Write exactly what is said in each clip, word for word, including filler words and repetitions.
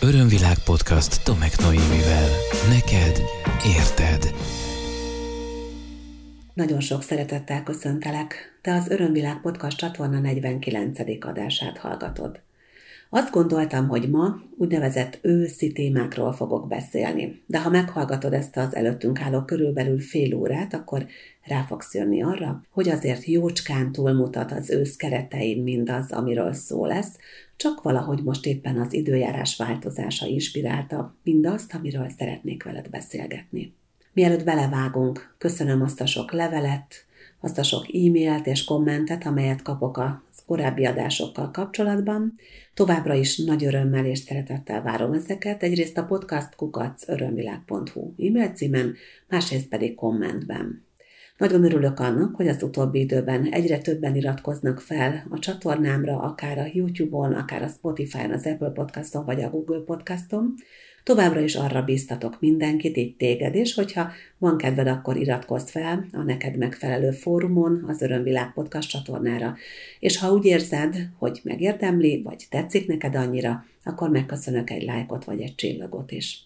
Örömvilág podcast Tomek Noémivel. Neked érted. Nagyon sok szeretettel köszöntelek. Te az Örömvilág podcast csatorna negyvenkilencedik adását hallgatod. Azt gondoltam, hogy ma úgynevezett őszi témákról fogok beszélni, de ha meghallgatod ezt az előttünk álló körülbelül fél órát, akkor rá fogsz jönni arra, hogy azért jócskán túlmutat az ősz keretein mindaz, amiről szó lesz, csak valahogy most éppen az időjárás változása inspirálta mindazt, amiről szeretnék veled beszélgetni. Mielőtt belevágunk, köszönöm azt a sok levelet, azt a sok e-mailt és kommentet, amelyet kapok a korábbi adásokkal kapcsolatban. Továbbra is nagy örömmel és szeretettel várom ezeket, egyrészt a podcast kukac örömvilág pont hu e-mail címen, másrészt pedig kommentben. Nagyon örülök annak, hogy az utóbbi időben egyre többen iratkoznak fel a csatornámra, akár a YouTube-on, akár a Spotify-on, az Apple Podcaston vagy a Google Podcaston. Továbbra is arra bíztatok mindenkit, így téged is, hogyha van kedved, akkor iratkozz fel a neked megfelelő fórumon, az Örömvilág podcast csatornára. És ha úgy érzed, hogy megérdemli, vagy tetszik neked annyira, akkor megköszönök egy lájkot vagy egy csillagot is.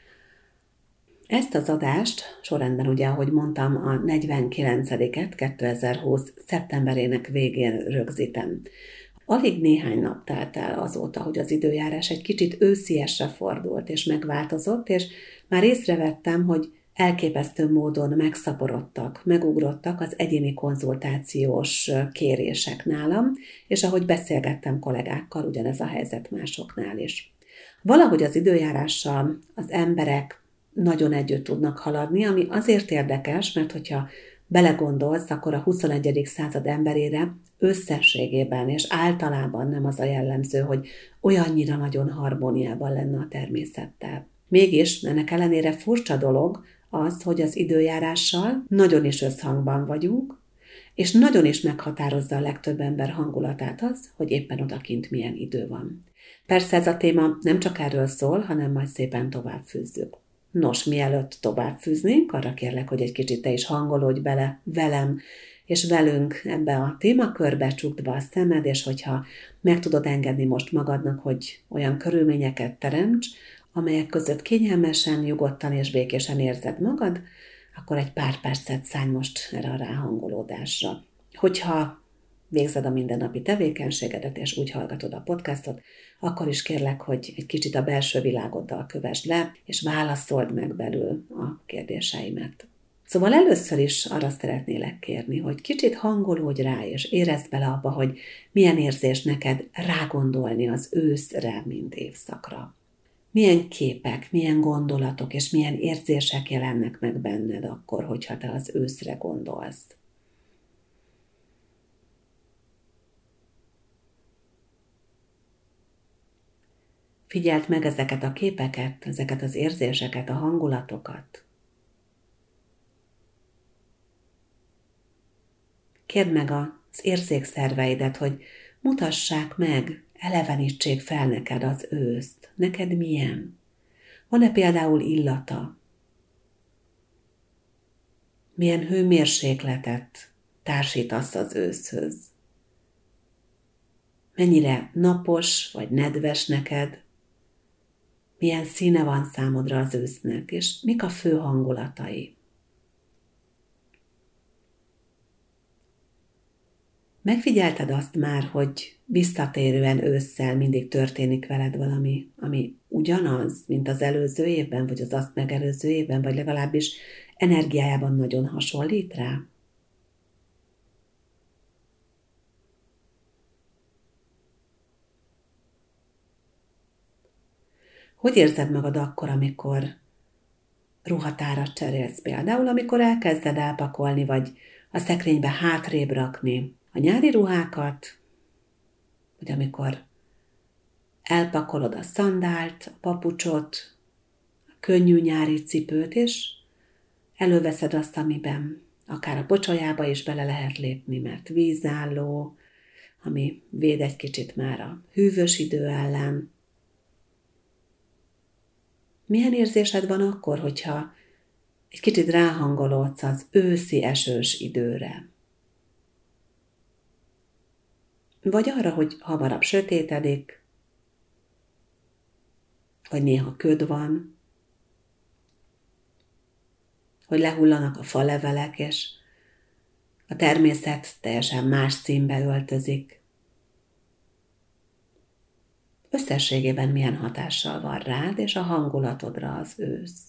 Ezt az adást sorrendben ugye, ahogy mondtam, a negyvenkilencediket kétezer-húsz szeptemberének végén rögzítem. Alig néhány nap telt el azóta, hogy az időjárás egy kicsit ősziesre fordult és megváltozott, és már észrevettem, hogy elképesztő módon megszaporodtak, megugrottak az egyéni konzultációs kérések nálam, és ahogy beszélgettem kollégákkal, ugyanez a helyzet másoknál is. Valahogy az időjárással az emberek nagyon együtt tudnak haladni, ami azért érdekes, mert hogyha belegondolsz, akkor a huszonegyedik század emberére összességében és általában nem az a jellemző, hogy olyannyira nagyon harmóniában lenne a természettel. Mégis ennek ellenére furcsa dolog az, hogy az időjárással nagyon is összhangban vagyunk, és nagyon is meghatározza a legtöbb ember hangulatát az, hogy éppen odakint milyen idő van. Persze ez a téma nem csak erről szól, hanem majd szépen tovább fűzzük. Nos, mielőtt tovább fűznénk, arra kérlek, hogy egy kicsit te is hangolódj bele velem, és velünk ebbe a témakörbe, csukd be a szemed, és hogyha meg tudod engedni most magadnak, hogy olyan körülményeket teremts, amelyek között kényelmesen, nyugodtan és békésen érzed magad, akkor egy pár percet szállj most erre a ráhangolódásra. Hogyha végzed a mindennapi tevékenységedet, és úgy hallgatod a podcastot, akkor is kérlek, hogy egy kicsit a belső világoddal kövesd le, és válaszold meg belül a kérdéseimet. Szóval először is arra szeretnélek kérni, hogy kicsit hangolódj rá, és érezd bele abba, hogy milyen érzés neked rágondolni az őszre, mint évszakra. Milyen képek, milyen gondolatok és milyen érzések jelennek meg benned akkor, hogyha te az őszre gondolsz. Figyeld meg ezeket a képeket, ezeket az érzéseket, a hangulatokat. Kérd meg az érzékszerveidet, hogy mutassák meg, elevenítsék fel neked az őszt. Neked milyen? Van-e például illata? Milyen hőmérsékletet társítasz az őszhöz? Mennyire napos vagy nedves neked? Milyen színe van számodra az ősznek, és mik a fő hangulatai? Megfigyelted azt már, hogy visszatérően ősszel mindig történik veled valami, ami ugyanaz, mint az előző évben, vagy az azt megelőző évben, vagy legalábbis energiájában nagyon hasonlít rá? Hogy érzed magad akkor, amikor ruhatárat cserélsz például, amikor elkezded elpakolni, vagy a szekrénybe hátrébb rakni a nyári ruhákat, vagy amikor elpakolod a szandált, a papucsot, a könnyű nyári cipőt, és előveszed azt, amiben akár a pocsolyába is bele lehet lépni, mert vízálló, ami véd egy kicsit már a hűvös idő ellen. Milyen érzésed van akkor, hogyha egy kicsit ráhangolódsz az őszi esős időre? Vagy arra, hogy hamarabb sötétedik, hogy néha köd van, hogy lehullanak a falevelek, és a természet teljesen más színbe öltözik. Összességében milyen hatással van rád és a hangulatodra az ősz.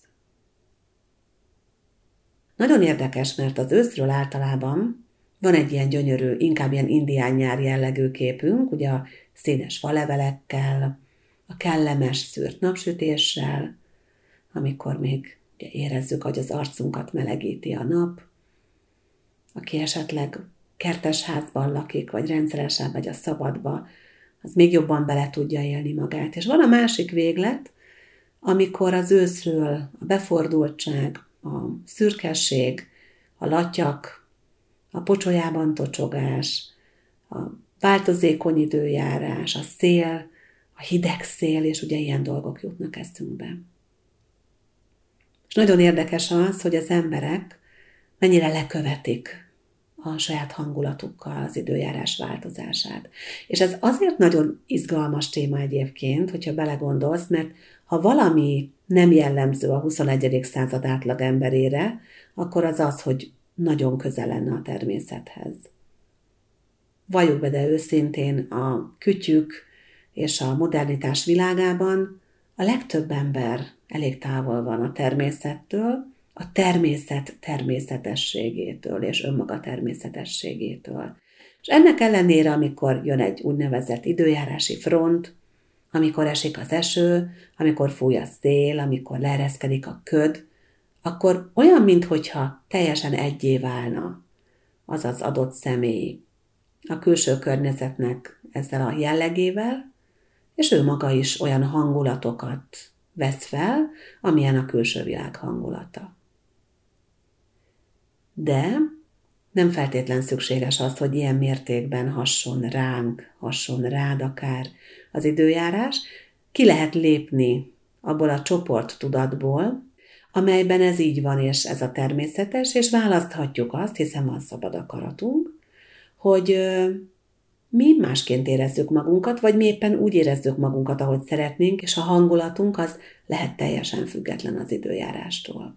Nagyon érdekes, mert az őszről általában van egy ilyen gyönyörű, inkább ilyen indián nyár jellegű képünk, ugye a színes falevelekkel, a kellemes szűrt napsütéssel, amikor még ugye érezzük, hogy az arcunkat melegíti a nap. Aki esetleg kertesházban lakik, vagy rendszeresen megy a szabadba, az még jobban bele tudja élni magát. És van a másik véglet, amikor az őszről a befordultság, a szürkesség, a latyak, a pocsolyában tocsogás, a változékony időjárás, a szél, a hideg szél, és ugye ilyen dolgok jutnak eszünkbe. És nagyon érdekes az, hogy az emberek mennyire lekövetik a saját hangulatukkal az időjárás változását. És ez azért nagyon izgalmas téma egyébként, hogyha belegondolsz, mert ha valami nem jellemző a huszonegyedik század átlag emberére, akkor az az, hogy nagyon közel lenne a természethez. Valljuk be, de őszintén a kütyük és a modernitás világában a legtöbb ember elég távol van a természettől, a természet természetességétől és önmaga természetességétől. És ennek ellenére, amikor jön egy úgynevezett időjárási front, amikor esik az eső, amikor fúj a szél, amikor leereszkedik a köd, akkor olyan, minthogyha teljesen egyé válna az az adott személy a külső környezetnek ezzel a jellegével, és ő maga is olyan hangulatokat vesz fel, amilyen a külső világ hangulata. De nem feltétlen szükséges az, hogy ilyen mértékben hasson ránk, hasson rád akár az időjárás. Ki lehet lépni abból a csoporttudatból, amelyben ez így van, és ez a természetes, és választhatjuk azt, hiszen van szabad akaratunk, hogy mi másként érezzük magunkat, vagy mi éppen úgy érezzük magunkat, ahogy szeretnénk, és a hangulatunk az lehet teljesen független az időjárástól.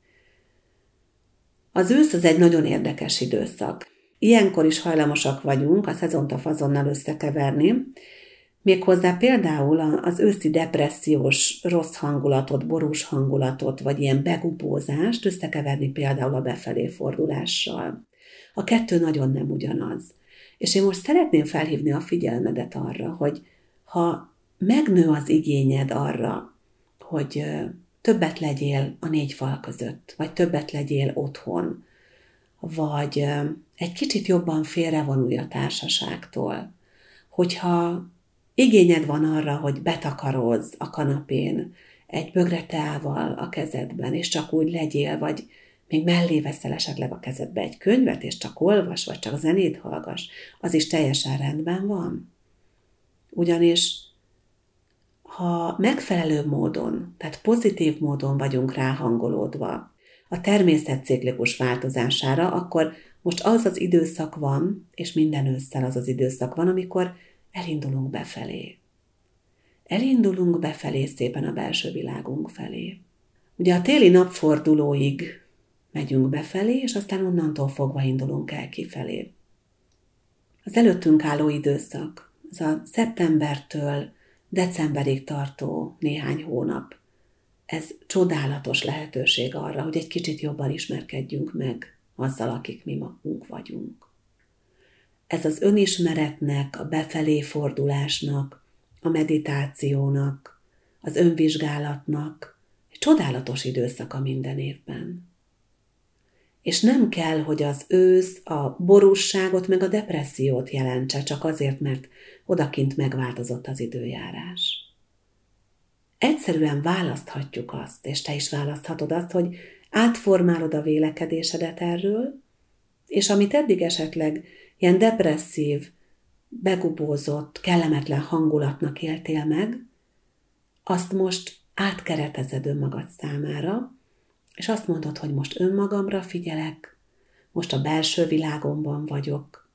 Az ősz az egy nagyon érdekes időszak. Ilyenkor is hajlamosak vagyunk a szezont a fazonnal összekeverni, méghozzá például az őszi depressziós rossz hangulatot, borús hangulatot, vagy ilyen begubózást összekeverni például a befelé fordulással. A kettő nagyon nem ugyanaz. És én most szeretném felhívni a figyelmedet arra, hogy ha megnő az igényed arra, hogy többet legyél a négy fal között, vagy többet legyél otthon, vagy egy kicsit jobban félrevonulj a társaságtól, hogyha igényed van arra, hogy betakarodz a kanapén egy bögre teával a kezedben, és csak úgy legyél, vagy még mellé veszel esetleg a kezedbe egy könyvet, és csak olvas, vagy csak zenét hallgass, az is teljesen rendben van. Ugyanis ha megfelelő módon, tehát pozitív módon vagyunk ráhangolódva a természet ciklikus változására, akkor most az az időszak van, és minden ősszel az az időszak van, amikor elindulunk befelé. Elindulunk befelé szépen a belső világunk felé. Ugye a téli napfordulóig megyünk befelé, és aztán onnantól fogva indulunk el kifelé. Az előttünk álló időszak, az a szeptembertől decemberig tartó néhány hónap, ez csodálatos lehetőség arra, hogy egy kicsit jobban ismerkedjünk meg azzal, akik mi magunk vagyunk. Ez az önismeretnek, a befelé fordulásnak, a meditációnak, az önvizsgálatnak egy csodálatos időszaka minden évben. És nem kell, hogy az ősz a borússágot meg a depressziót jelentse, csak azért, mert odakint megváltozott az időjárás. Egyszerűen választhatjuk azt, és te is választhatod azt, hogy átformálod a vélekedésedet erről, és amit eddig esetleg ilyen depresszív, begubózott, kellemetlen hangulatnak éltél meg, azt most átkeretezed önmagad számára, és azt mondod, hogy most önmagamra figyelek, most a belső világomban vagyok,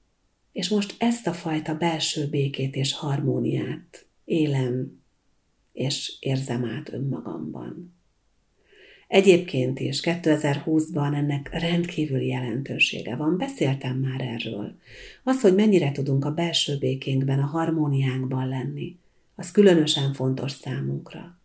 és most ezt a fajta belső békét és harmóniát élem és érzem át önmagamban. Egyébként is kétezer-húszban ennek rendkívüli jelentősége van, beszéltem már erről. Az, hogy mennyire tudunk a belső békénkben, a harmóniánkban lenni, az különösen fontos számunkra.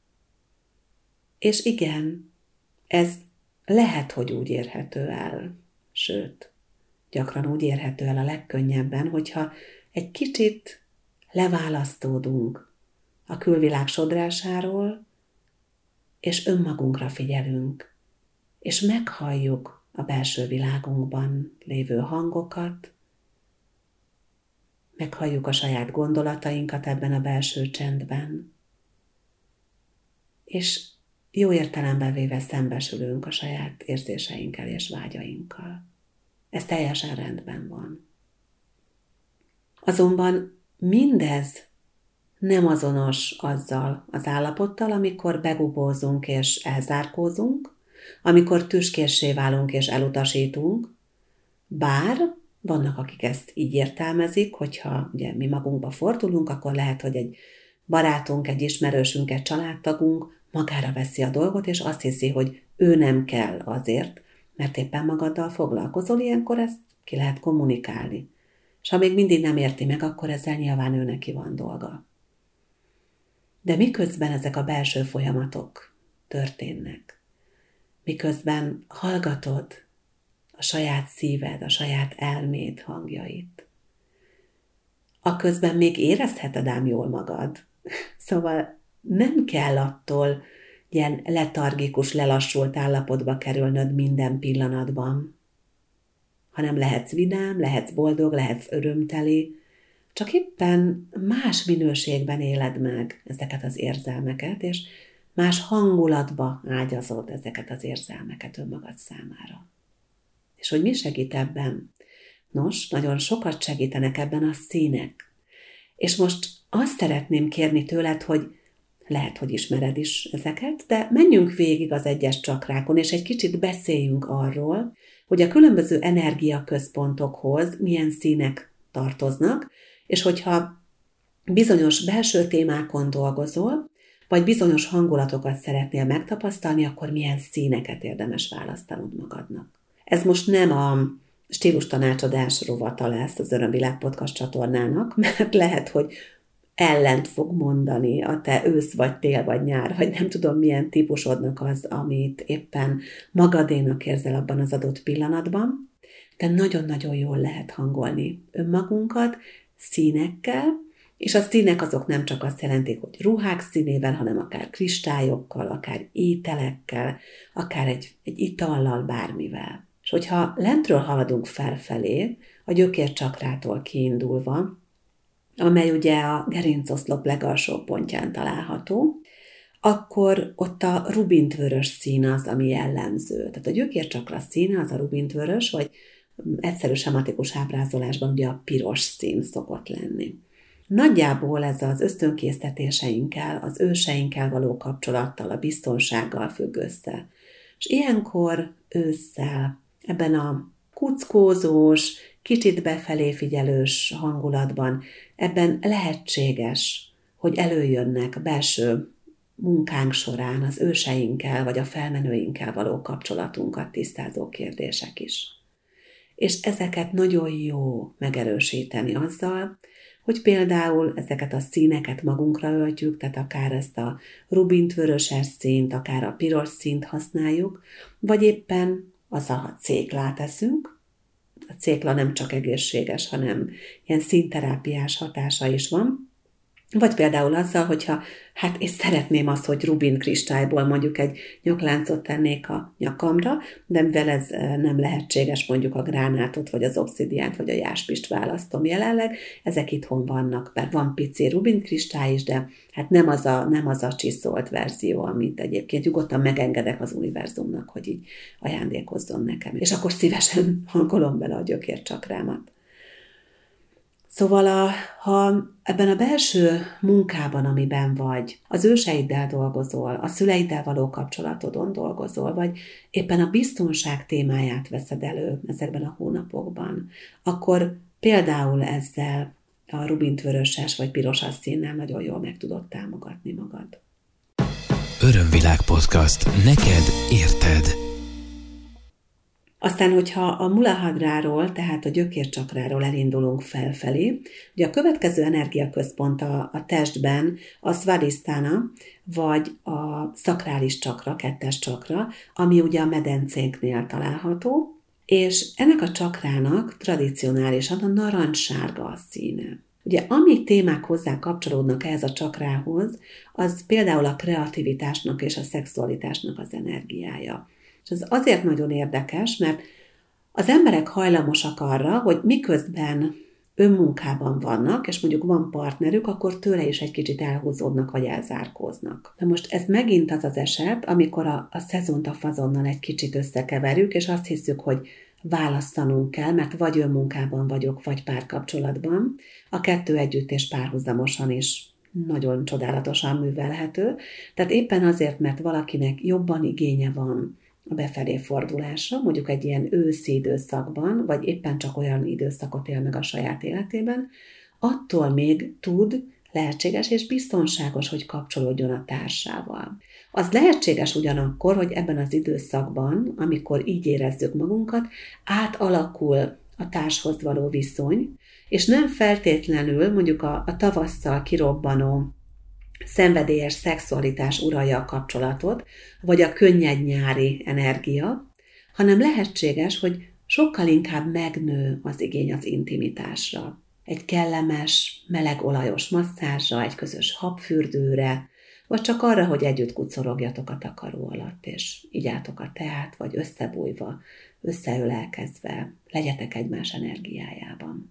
És igen, ez lehet, hogy úgy érhető el, sőt, gyakran úgy érhető el a legkönnyebben, hogyha egy kicsit leválasztódunk a külvilág sodrásáról, és önmagunkra figyelünk, és meghalljuk a belső világunkban lévő hangokat, meghalljuk a saját gondolatainkat ebben a belső csendben, és jó értelemben véve szembesülünk a saját érzéseinkkel és vágyainkkal. Ez teljesen rendben van. Azonban mindez nem azonos azzal az állapottal, amikor begubózunk és elzárkózunk, amikor tüskéssé válunk és elutasítunk, bár vannak, akik ezt így értelmezik, hogyha ugye mi magunkba fordulunk, akkor lehet, hogy egy barátunk, egy ismerősünk, egy családtagunk magára veszi a dolgot, és azt hiszi, hogy ő nem kell azért, mert éppen magaddal foglalkozol, ilyenkor ezt ki lehet kommunikálni. És ha még mindig nem érti meg, akkor ezzel nyilván ő neki van dolga. De miközben ezek a belső folyamatok történnek, miközben hallgatod a saját szíved, a saját elméd hangjait, akközben még érezheted ám jól magad. Szóval nem kell attól ilyen letargikus, lelassult állapotba kerülnöd minden pillanatban, hanem lehetsz vidám, lehetsz boldog, lehetsz örömteli, csak éppen más minőségben éled meg ezeket az érzelmeket, és más hangulatba ágyazod ezeket az érzelmeket önmagad számára. És hogy mi segít ebben? Nos, nagyon sokat segítenek ebben a színek. És most azt szeretném kérni tőled, hogy lehet, hogy ismered is ezeket, de menjünk végig az egyes csakrákon, és egy kicsit beszéljünk arról, hogy a különböző energiaközpontokhoz milyen színek tartoznak, és hogyha bizonyos belső témákon dolgozol, vagy bizonyos hangulatokat szeretnél megtapasztalni, akkor milyen színeket érdemes választanod magadnak. Ez most nem a stílus tanácsadás rovata lesz az Örömvilág podcast csatornának, mert lehet, hogy ellent fog mondani a te ősz, vagy tél, vagy nyár, vagy nem tudom milyen típusodnak az, amit éppen magadénak érzel abban az adott pillanatban, de nagyon-nagyon jól lehet hangolni önmagunkat színekkel, és a színek azok nem csak azt jelentik, hogy ruhák színével, hanem akár kristályokkal, akár ételekkel, akár egy, egy itallal, bármivel. És hogyha lentről haladunk felfelé, a gyökércsakrától kiindulva, amely ugye a gerincoszlop legalsó pontján található, akkor ott a rubintvörös szín az, ami jellemző. Tehát a gyökércsakra színe az a rubintvörös, vagy egyszerű sematikus ábrázolásban ugye a piros szín szokott lenni. Nagyjából ez az ösztönkésztetéseinkkel, az őseinkkel való kapcsolattal, a biztonsággal függ össze. És ilyenkor ősszel, ebben a kuckózós, kicsit befelé figyelős hangulatban, ebben lehetséges, hogy előjönnek belső munkánk során az őseinkkel vagy a felmenőinkkel való kapcsolatunkat tisztázó kérdések is. És ezeket nagyon jó megerősíteni azzal, hogy például ezeket a színeket magunkra öltjük, tehát akár ezt a rubintvöröses színt, akár a piros színt használjuk, vagy éppen azzal, ha céklát eszünk. A cékla nem csak egészséges, hanem ilyen színterápiás hatása is van. Vagy például azzal, hogyha hát és szeretném azt, hogy rubin kristályból mondjuk egy nyakláncot tennék a nyakamra, de mivel ez nem lehetséges, mondjuk a gránátot, vagy az obszidiánt, vagy a jáspist választom jelenleg, ezek itthon vannak, bár van pici rubin kristály is, de hát nem az a, nem az a csiszolt verzió, amit egyébként nyugodtan megengedek az univerzumnak, hogy így ajándékozzon nekem. És akkor szívesen hangolom bele a gyökércsakrámat. Szóval a, ha ebben a belső munkában, amiben vagy, az őseiddel dolgozol, a szüleiddel való kapcsolatodon dolgozol, vagy éppen a biztonság témáját veszed elő ezekben a hónapokban, akkor például ezzel a rubintvöröses vagy pirosas színnel nagyon jól meg tudod támogatni magad. Örömvilág podcast. Neked érted. Aztán, hogyha a mulahadráról, tehát a gyökércsakráról elindulunk felfelé, ugye a következő energiaközpont a, a testben a svadhisthana, vagy a szakrális csakra, kettes csakra, ami ugye a medencénknél található, és ennek a csakrának tradicionálisan a narancssárga a színe. Ugye, ami témák hozzá kapcsolódnak ehhez a csakrához, az például a kreativitásnak és a szexualitásnak az energiája. És ez azért nagyon érdekes, mert az emberek hajlamosak arra, hogy miközben önmunkában vannak, és mondjuk van partnerük, akkor tőle is egy kicsit elhúzódnak, vagy elzárkóznak. Na most ez megint az az eset, amikor a, a szezont a fazonnal egy kicsit összekeverjük, és azt hiszük, hogy választanunk kell, mert vagy önmunkában vagyok, vagy párkapcsolatban. A kettő együtt és párhuzamosan is nagyon csodálatosan művelhető. Tehát éppen azért, mert valakinek jobban igénye van a befelé fordulásra, mondjuk egy ilyen őszi időszakban, vagy éppen csak olyan időszakot él meg a saját életében, attól még tud, lehetséges és biztonságos, hogy kapcsolódjon a társával. Az lehetséges ugyanakkor, hogy ebben az időszakban, amikor így érezzük magunkat, átalakul a társhoz való viszony, és nem feltétlenül mondjuk a, a tavasszal kirobbanó szenvedélyes szexualitás uralja a kapcsolatot, vagy a könnyed nyári energia, hanem lehetséges, hogy sokkal inkább megnő az igény az intimitásra. Egy kellemes, meleg olajos masszázsra, egy közös habfürdőre, vagy csak arra, hogy együtt kucorogjatok a takaró alatt, és igyátok a teát, vagy összebújva, összeölelkezve, legyetek egymás energiájában.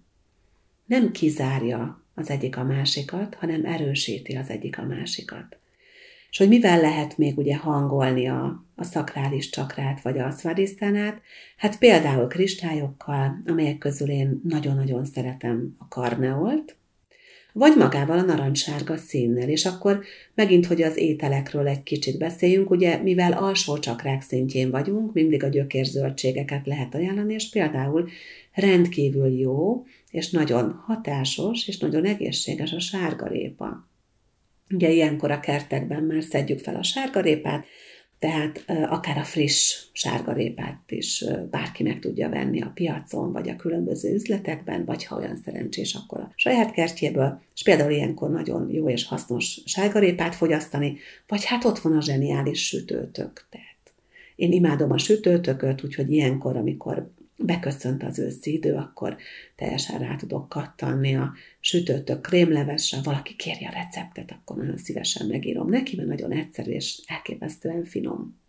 Nem kizárja az egyik a másikat, hanem erősíti az egyik a másikat. És hogy mivel lehet még ugye hangolni a, a szakrális csakrát, vagy a svadhiszthánát, hát például kristályokkal, amelyek közül én nagyon-nagyon szeretem a karneolt, vagy magával a narancssárga színnel, és akkor megint, hogy az ételekről egy kicsit beszéljünk, ugye mivel alsó csakrák szintjén vagyunk, mindig a gyökérzöldségeket lehet ajánlani, és például rendkívül jó, és nagyon hatásos, és nagyon egészséges a sárgarépa. Ugye ilyenkor a kertekben már szedjük fel a sárgarépát, tehát akár a friss sárgarépát is bárki meg tudja venni a piacon, vagy a különböző üzletekben, vagy ha olyan szerencsés, akkor a saját kertjéből, és például ilyenkor nagyon jó és hasznos sárgarépát fogyasztani, vagy hát ott van a zseniális sütőtök. Tehát én imádom a sütőtököt, úgyhogy ilyenkor, amikor beköszönt az őszi idő, akkor teljesen rá tudok kattanni a sütőtök krémlevesre, valaki kéri a receptet, akkor nagyon szívesen megírom neki, mert nagyon egyszerű és elképesztően finom.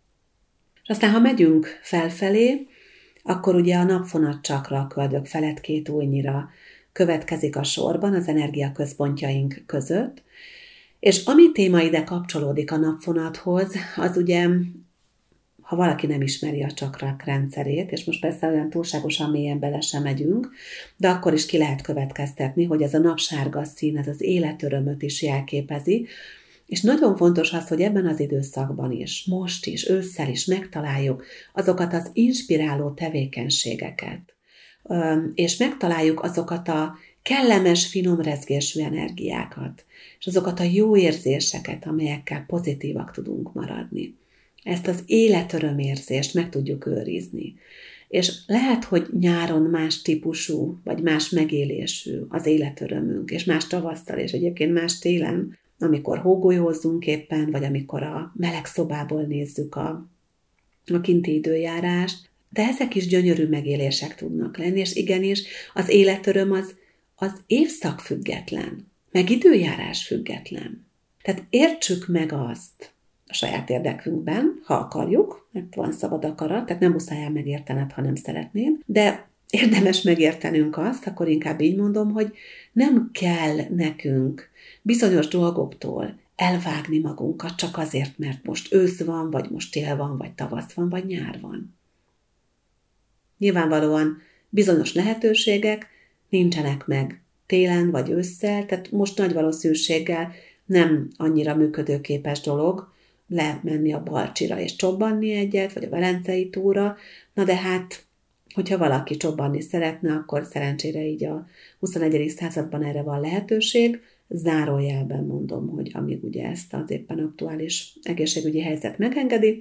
És aztán, ha megyünk felfelé, akkor ugye a napfonat csakra, a köldök felett két ujjnyira következik a sorban az energiaközpontjaink között, és ami téma ide kapcsolódik a napfonathoz, az ugye, ha valaki nem ismeri a csakrák rendszerét, és most persze olyan túlságosan mélyen bele sem megyünk, de akkor is ki lehet következtetni, hogy ez a napsárga szín, ez az életörömöt is jelképezi, és nagyon fontos az, hogy ebben az időszakban is, most is, ősszel is megtaláljuk azokat az inspiráló tevékenységeket, és megtaláljuk azokat a kellemes, finom rezgésű energiákat, és azokat a jó érzéseket, amelyekkel pozitívak tudunk maradni. Ezt az életörömérzést meg tudjuk őrizni. És lehet, hogy nyáron más típusú, vagy más megélésű az életörömünk, és más tavasszal, és egyébként más télen, amikor hógolyózzunk éppen, vagy amikor a meleg szobából nézzük a, a kinti időjárást, de ezek is gyönyörű megélések tudnak lenni, és igenis az életöröm az, az évszak független, meg időjárás független. Tehát értsük meg azt a saját érdekünkben, ha akarjuk, mert van szabad akarat, tehát nem muszáj megértened, ha nem szeretnéd, de érdemes megértenünk azt, akkor inkább így mondom, hogy nem kell nekünk bizonyos dolgoktól elvágni magunkat csak azért, mert most ősz van, vagy most tél van, vagy tavasz van, vagy nyár van. Nyilvánvalóan bizonyos lehetőségek nincsenek meg télen vagy ősszel, tehát most nagy valószínűséggel nem annyira működőképes dolog lemenni a Balcsira és csobbanni egyet, vagy a Velencei túra, na de hát, hogyha valaki csobbanni szeretne, akkor szerencsére így a huszonegyedik században erre van lehetőség. Zárójelben mondom, hogy amíg ugye ezt az éppen aktuális egészségügyi helyzet megengedi,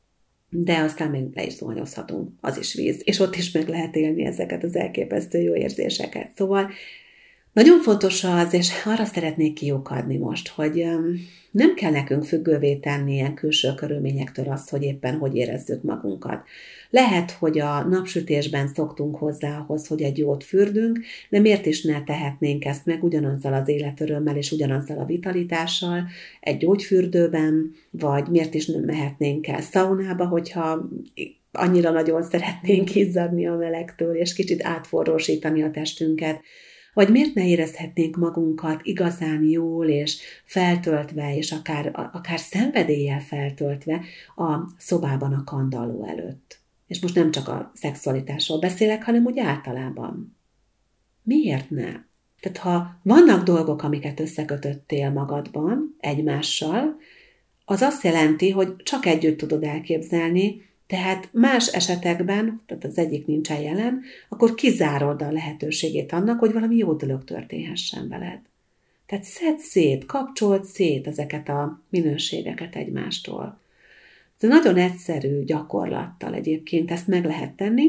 de aztán még le is zuhanyozhatunk, az is víz, és ott is meg lehet élni ezeket az elképesztő jó érzéseket. Szóval nagyon fontos az, és arra szeretnék kiukadni most, hogy nem kell nekünk függővé tenni ilyen külső körülményektől azt, hogy éppen hogy érezzük magunkat. Lehet, hogy a napsütésben szoktunk hozzá ahhoz, hogy egy jót fürdünk, de miért is ne tehetnénk ezt meg ugyanazzal az életörömmel és ugyanazzal a vitalitással egy gyógyfürdőben, vagy miért is nem mehetnénk el szaunába, hogyha annyira nagyon szeretnénk izzadni a melegtől, és kicsit átforrósítani a testünket. Vagy miért ne érezhetnénk magunkat igazán jól és feltöltve, és akár, akár szenvedéllyel feltöltve a szobában a kandalló előtt. És most nem csak a szexualitásról beszélek, hanem úgy általában. Miért ne? Tehát ha vannak dolgok, amiket összekötöttél magadban egymással, az azt jelenti, hogy csak együtt tudod elképzelni, tehát más esetekben, tehát az egyik nincsen jelen, akkor kizárod a lehetőségét annak, hogy valami jó dolog történhessen veled. Tehát szedd szét, kapcsold szét ezeket a minőségeket egymástól. Ez nagyon egyszerű gyakorlattal egyébként ezt meg lehet tenni.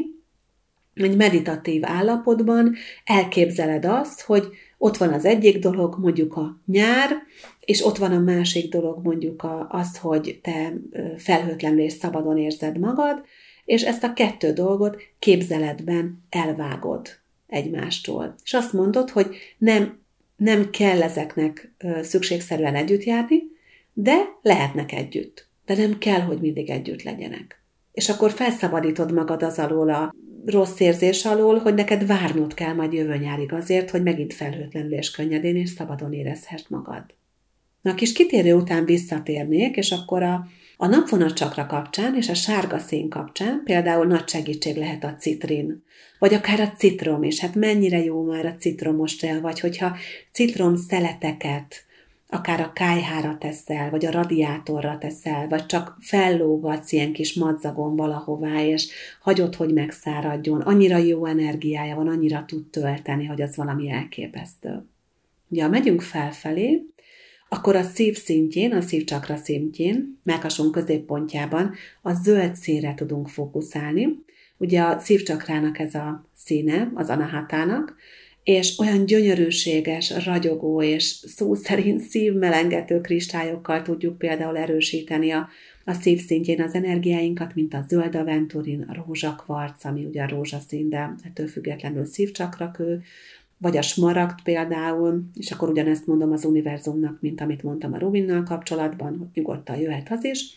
Egy meditatív állapotban elképzeled azt, hogy ott van az egyik dolog, mondjuk a nyár, és ott van a másik dolog, mondjuk a, az, hogy te felhőtlenül és szabadon érzed magad, és ezt a kettő dolgot képzeletben elvágod egymástól. És azt mondod, hogy nem, nem kell ezeknek szükségszerűen együtt járni, de lehetnek együtt. De nem kell, hogy mindig együtt legyenek. És akkor felszabadítod magad az alól a rossz érzés alól, hogy neked várnod kell majd jövő nyárig azért, hogy megint felhőtlenül és könnyedén és szabadon érezhess magad. Na, a kis kitérő után visszatérnék, és akkor a, a napvonat csakra kapcsán és a sárga szín kapcsán például nagy segítség lehet a citrin, vagy akár a citrom, és hát mennyire jó már a citromos tea, vagy hogyha citrom szeleteket akár a kályhára teszel, vagy a radiátorra teszel, vagy csak fellógatsz ilyen kis madzagon valahová, és hagyod, hogy megszáradjon. Annyira jó energiája van, annyira tud tölteni, hogy az valami elképesztő. Ugye, ha megyünk felfelé, akkor a szív szintjén, a szívcsakra szintjén, mellkasunk középpontjában a zöld színre tudunk fókuszálni. Ugye a szívcsakrának ez a színe, az anahatának, és olyan gyönyörűséges, ragyogó és szó szerint szívmelengető kristályokkal tudjuk például erősíteni a, a szív szintjén az energiáinkat, mint a zöld aventurin, a rózsakvarc, ami ugye a rózsaszín, de ettől függetlenül szívcsakrakő, vagy a smaragd például, és akkor ugyanezt mondom az univerzumnak, mint amit mondtam a rubinnal kapcsolatban, hogy nyugodtan jöhet az is.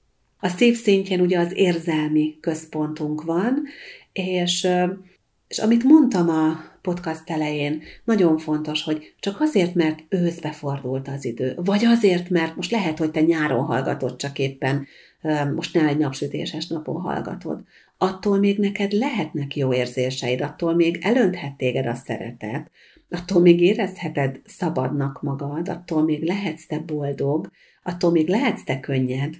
A szív szintjén ugye az érzelmi központunk van, és, és amit mondtam a podcast elején, nagyon fontos, hogy csak azért, mert őszbe fordult az idő, vagy azért, mert most lehet, hogy te nyáron hallgatod, csak éppen most nem egy napsütéses napon hallgatod. Attól még neked lehetnek jó érzéseid, attól még elönthet téged a szeretet, attól még érezheted szabadnak magad, attól még lehetsz te boldog, attól még lehetsz te könnyed.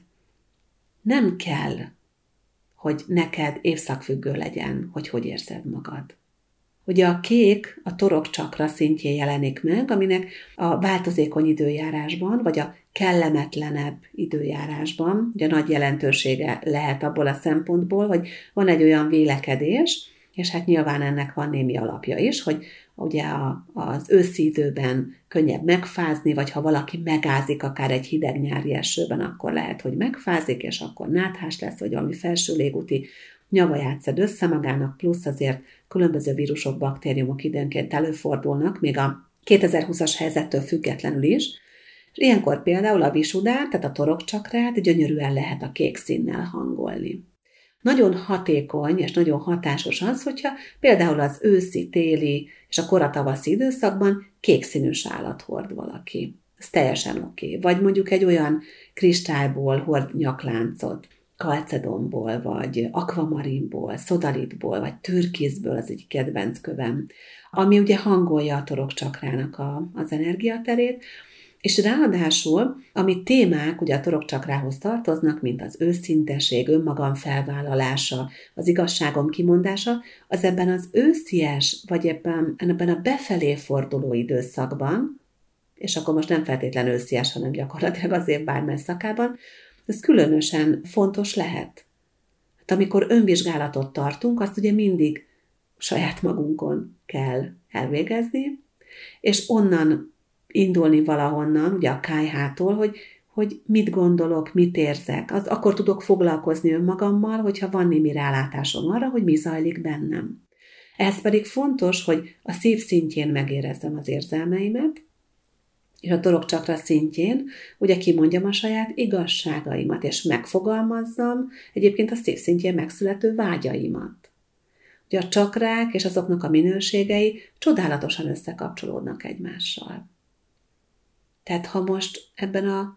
Nem kell, hogy neked évszakfüggő legyen, hogy hogy érzed magad. Ugye a kék a torokcsakra szintjén jelenik meg, aminek a változékony időjárásban, vagy a kellemetlenebb időjárásban, ugye nagy jelentősége lehet abból a szempontból, hogy van egy olyan vélekedés, és hát nyilván ennek van némi alapja is, hogy ugye a, az őszi időben könnyebb megfázni, vagy ha valaki megázik akár egy hideg nyári esőben, akkor lehet, hogy megfázik, és akkor náthás lesz, vagy valami felső légúti nyavaját szed össze magának, plusz azért különböző vírusok, baktériumok időnként előfordulnak, még a kétezer-húszas helyzettől függetlenül is, és ilyenkor például a visudát, tehát a torokcsakrát gyönyörűen lehet a kék színnel hangolni. Nagyon hatékony és nagyon hatásos az, hogyha például az őszi, téli és a koratavaszi időszakban kék színű sálat hord valaki. Ez teljesen oké. Okay. Vagy mondjuk egy olyan kristályból hord nyakláncot, kalcedonból, vagy akvamarinból, szodalitból, vagy türkizből, az egy kedvenc kövem, ami ugye hangolja a torokcsakrának a, az energiaterét, És ráadásul, ami témák ugye a torokcsakrához tartoznak, mint az őszinteség, önmagam felvállalása, az igazságom kimondása, az ebben az őszies, vagy ebben, ebben a befelé forduló időszakban, és akkor most nem feltétlenül őszies, hanem gyakorlatilag az év bármely szakában, ez különösen fontos lehet. Hát amikor önvizsgálatot tartunk, azt ugye mindig saját magunkon kell elvégezni, és onnan indulni valahonnan, ugye a kájhától, hogy, hogy mit gondolok, mit érzek. Az, akkor tudok foglalkozni önmagammal, hogyha van némi rálátásom arra, hogy mi zajlik bennem. Ehhez pedig fontos, hogy a szív szintjén megérezzem az érzelmeimet, és a torokcsakra szintjén ugye kimondjam a saját igazságaimat, és megfogalmazzam egyébként a szív szintjén megszülető vágyaimat. Ugye a csakrák és azoknak a minőségei csodálatosan összekapcsolódnak egymással. Tehát ha most ebben a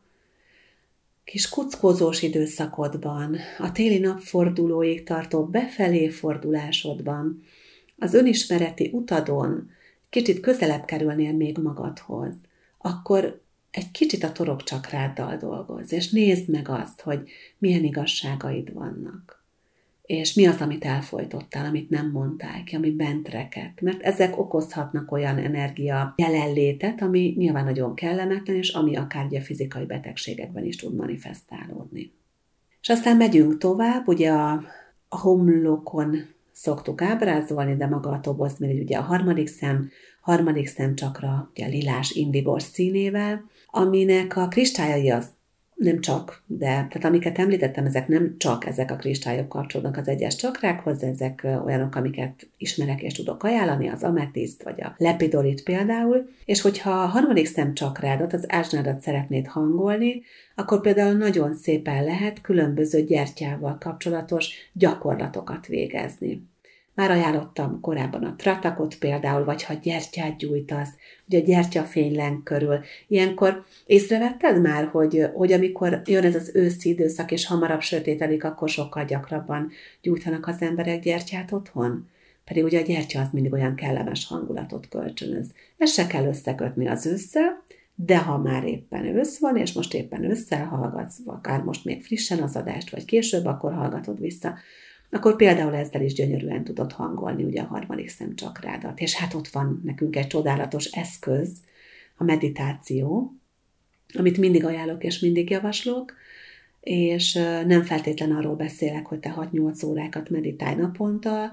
kis kuckózós időszakodban, a téli napfordulóig tartó befelé fordulásodban, az önismereti utadon kicsit közelebb kerülnél még magadhoz, akkor egy kicsit a torokcsakráddal dolgozz, és nézd meg azt, hogy milyen igazságaid vannak. És mi az, amit elfojtottál, amit nem mondtál ki, ami bent rekedt. Mert ezek okozhatnak olyan energia jelenlétet, ami nyilván nagyon kellemetlen, és ami akár ugye fizikai betegségekben is tud manifestálódni. És aztán megyünk tovább, ugye a, a homlokon szoktuk ábrázolni, de maga a tobozmirigy, ugye a harmadik szem, harmadik szemcsakra, ugye a lilás indigos színével, aminek a kristályai az nem csak, de tehát amiket említettem, ezek nem csak ezek a kristályok kapcsolódnak az egyes csakrákhoz, ezek olyanok, amiket ismerek és tudok ajánlani, az ametiszt vagy a lepidorit például, és hogyha a harmadik szemcsakrádat, az ázsnádat szeretnéd hangolni, akkor például nagyon szépen lehet különböző gyertyával kapcsolatos gyakorlatokat végezni. Már ajánlottam korábban a tratakot például, vagy ha gyertyát gyújtasz, ugye a gyertyafénylen körül. Ilyenkor észrevetted már, hogy, hogy amikor jön ez az őszi időszak, és hamarabb sötétedik, akkor sokkal gyakrabban gyújtanak az emberek gyertyát otthon? Pedig ugye a gyertya az mindig olyan kellemes hangulatot kölcsönöz. Ezt se kell összekötni az ősszel, de ha már éppen ősz van, és most éppen ősszel hallgatsz, akár most még frissen az adást, vagy később, akkor hallgatod vissza, akkor például ezzel is gyönyörűen tudod hangolni ugye a harmadik szemcsakrádat. És hát ott van nekünk egy csodálatos eszköz, a meditáció, amit mindig ajánlok és mindig javaslok, és nem feltétlen arról beszélek, hogy te hat-nyolc órákat meditálj naponta,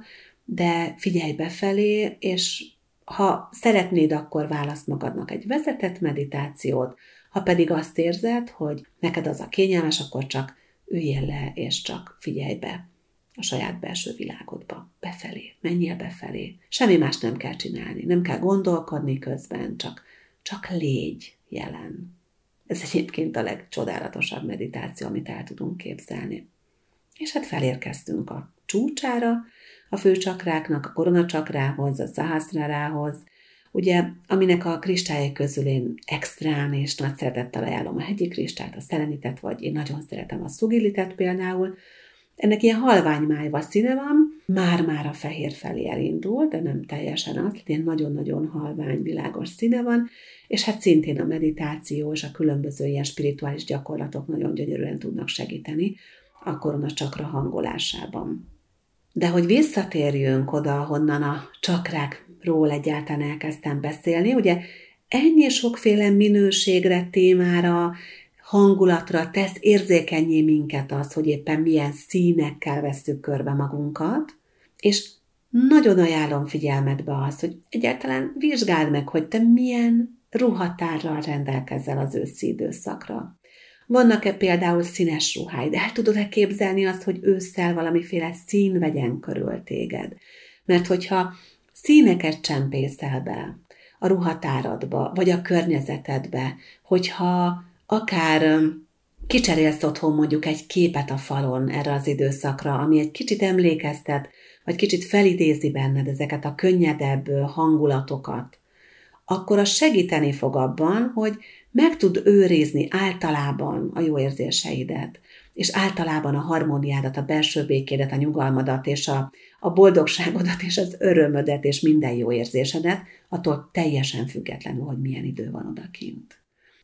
de figyelj befelé, és ha szeretnéd, akkor választ magadnak egy vezetett meditációt, ha pedig azt érzed, hogy neked az a kényelmes, akkor csak üljél le, és csak figyelj be a saját belső világodba, befelé, menjél befelé. Semmi más nem kell csinálni, nem kell gondolkodni közben, csak, csak légy jelen. Ez egyébként a legcsodálatosabb meditáció, amit el tudunk képzelni. És hát felérkeztünk a csúcsára, a főcsakráknak, a koronacsakrához, a szahaszrárához, ugye, aminek a kristályok közül én extrán és nagy szeretettel ajánlom a hegyi kristályt, a szelenitet, vagy én nagyon szeretem a szugilitet például. Ennek ilyen halványmájva színe van, már-már a fehér felé elindul, de nem teljesen az, ilyen nagyon-nagyon halvány, világos színe van, és hát szintén a meditáció és a különböző ilyen spirituális gyakorlatok nagyon gyönyörűen tudnak segíteni a koronacsakra hangolásában. De hogy visszatérjünk oda, honnan a csakrákról egyáltalán elkezdtem beszélni, ugye ennyi sokféle minőségre, témára, hangulatra tesz érzékenyé minket az, hogy éppen milyen színekkel vesszük körbe magunkat, és nagyon ajánlom figyelmetbe azt, hogy egyáltalán vizsgáld meg, hogy te milyen ruhatárral rendelkezzel az őszi időszakra. Vannak-e például színes ruháid? El tudod-e képzelni azt, hogy ősszel valamiféle szín vegyen körül téged? Mert hogyha színeket csempészel be a ruhatáradba, vagy a környezetedbe, hogyha akár kicserélsz otthon mondjuk egy képet a falon erre az időszakra, ami egy kicsit emlékeztet, vagy kicsit felidézi benned ezeket a könnyedebb hangulatokat, akkor az segíteni fog abban, hogy meg tud őrizni általában a jó érzéseidet, és általában a harmóniádat, a belső békédet, a nyugalmadat, és a, a boldogságodat, és az örömödet, és minden jó érzésedet, attól teljesen függetlenül, hogy milyen idő van odakint.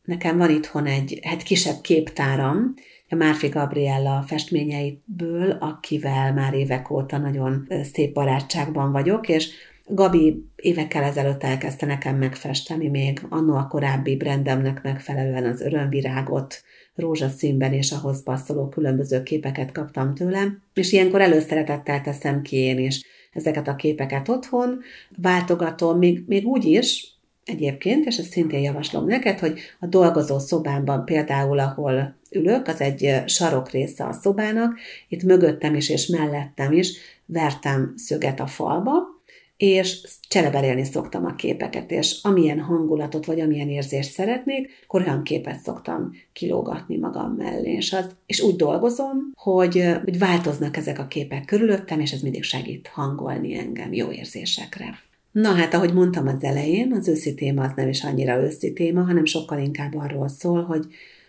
Nekem van itthon egy hát kisebb képtáram, a Márfi Gabriella festményeiből, akivel már évek óta nagyon szép barátságban vagyok, és Gabi évekkel ezelőtt elkezdte nekem megfesteni, még annó a korábbi brandemnek megfelelően az örömvirágot, rózsaszínben és ahhoz passzoló különböző képeket kaptam tőlem, és ilyenkor előszeretettel teszem ki én is ezeket a képeket otthon, váltogatom, még, még úgy is, egyébként, és ezt szintén javaslom neked, hogy a dolgozó szobámban például, ahol ülök, az egy sarok része a szobának, itt mögöttem is és mellettem is vertem szöget a falba, és csereberélni szoktam a képeket, és amilyen hangulatot vagy amilyen érzést szeretnék, akkor olyan képet szoktam kilógatni magam mellé, és, az, és úgy dolgozom, hogy, hogy változnak ezek a képek körülöttem, és ez mindig segít hangolni engem jó érzésekre. Na hát, ahogy mondtam az elején, az őszi téma az nem is annyira őszi téma, hanem sokkal inkább arról szól, hogy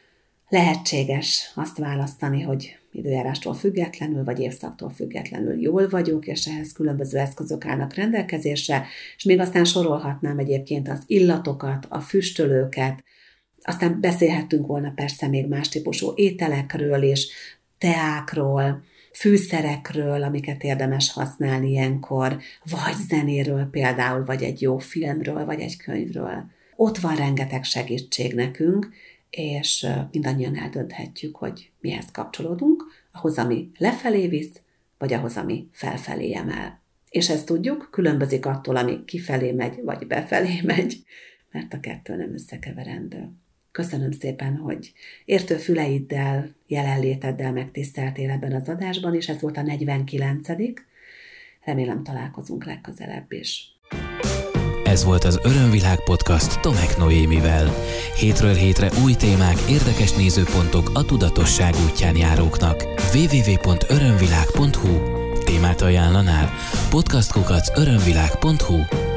lehetséges azt választani, hogy időjárástól függetlenül, vagy évszaktól függetlenül jól vagyok, és ehhez különböző eszközök állnak rendelkezésre, és még aztán sorolhatnám egyébként az illatokat, a füstölőket, aztán beszélhettünk volna persze még más típusú ételekről és teákról, fűszerekről, amiket érdemes használni ilyenkor, vagy zenéről például, vagy egy jó filmről, vagy egy könyvről. Ott van rengeteg segítség nekünk, és mindannyian eldönthetjük, hogy mihez kapcsolódunk, ahhoz, ami lefelé visz, vagy ahhoz, ami felfelé emel. És ezt tudjuk, különbözik attól, ami kifelé megy, vagy befelé megy, mert a kettő nem összekeverendő. Köszönöm szépen, hogy értő füleiddel, jelenléteddel megtiszteltél ebben az adásban, és ez volt a negyvenkilencedik Remélem találkozunk legközelebb is. Ez volt az Örömvilág Podcast Tomek Noémivel. Hétről hétre új témák, érdekes nézőpontok a tudatosság útján járóknak. double-u double-u double-u pont örömvilág pont hu Témát ajánlanál? podcast kukac örömvilág pont hu